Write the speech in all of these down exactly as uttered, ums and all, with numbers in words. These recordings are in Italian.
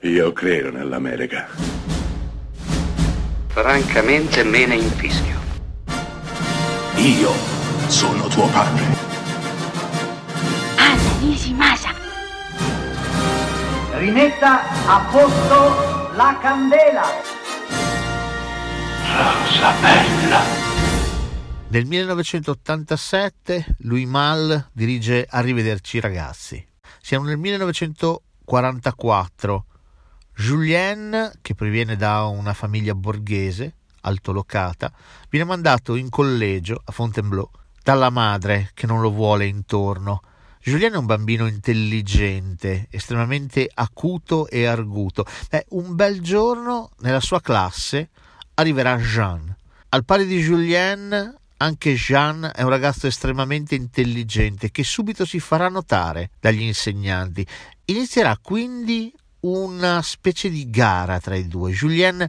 Io credo nell'America. Francamente me ne infischio. Io sono tuo padre. Anna Nishimasa. Rimetta a posto la candela. Rosa bella. Nel millenovecentottantasette Louis Malle dirige Arrivederci ragazzi. Siamo nel millenovecentoquarantaquattro. Julien, che proviene da una famiglia borghese, altolocata, viene mandato in collegio a Fontainebleau dalla madre che non lo vuole intorno. Julien è un bambino intelligente, estremamente acuto e arguto. Beh, un bel giorno nella sua classe arriverà Jean. Al pari di Julien, anche Jean è un ragazzo estremamente intelligente che subito si farà notare dagli insegnanti. Inizierà quindi una specie di gara tra i due. Julien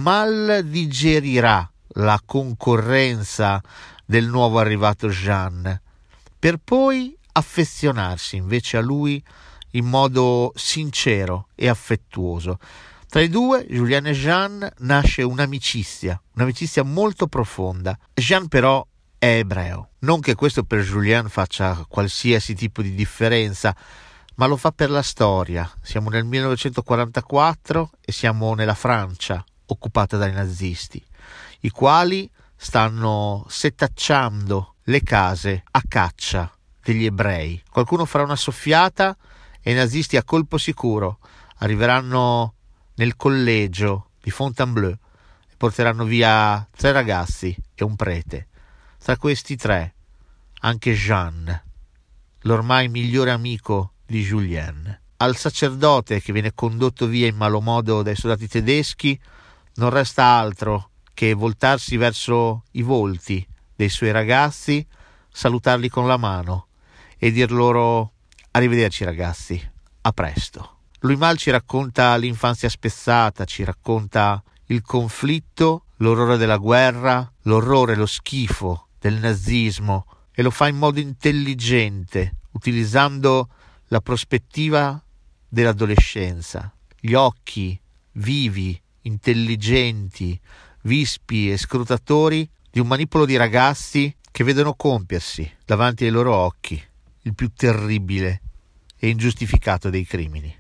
mal digerirà la concorrenza del nuovo arrivato Jean, per poi affezionarsi invece a lui in modo sincero e affettuoso. Tra i due, Julien e Jean, nasce un'amicizia, un'amicizia molto profonda. Jean però è ebreo. Non che questo per Julien faccia qualsiasi tipo di differenza, ma lo fa per la storia. Siamo nel millenovecentoquarantaquattro e siamo nella Francia occupata dai nazisti, i quali stanno setacciando le case a caccia degli ebrei. Qualcuno farà una soffiata e i nazisti a colpo sicuro arriveranno nel collegio di Fontainebleau e porteranno via tre ragazzi e un prete. Tra questi tre anche Jean, l'ormai migliore amico di Julien. Al sacerdote, che viene condotto via in malo modo dai soldati tedeschi, non resta altro che voltarsi verso i volti dei suoi ragazzi, salutarli con la mano e dir loro: arrivederci ragazzi, a presto. Louis Malle ci racconta l'infanzia spezzata, ci racconta il conflitto, l'orrore della guerra, l'orrore, lo schifo del nazismo, e lo fa in modo intelligente, utilizzando la prospettiva dell'adolescenza, gli occhi vivi, intelligenti, vispi e scrutatori di un manipolo di ragazzi che vedono compiersi davanti ai loro occhi il più terribile e ingiustificato dei crimini.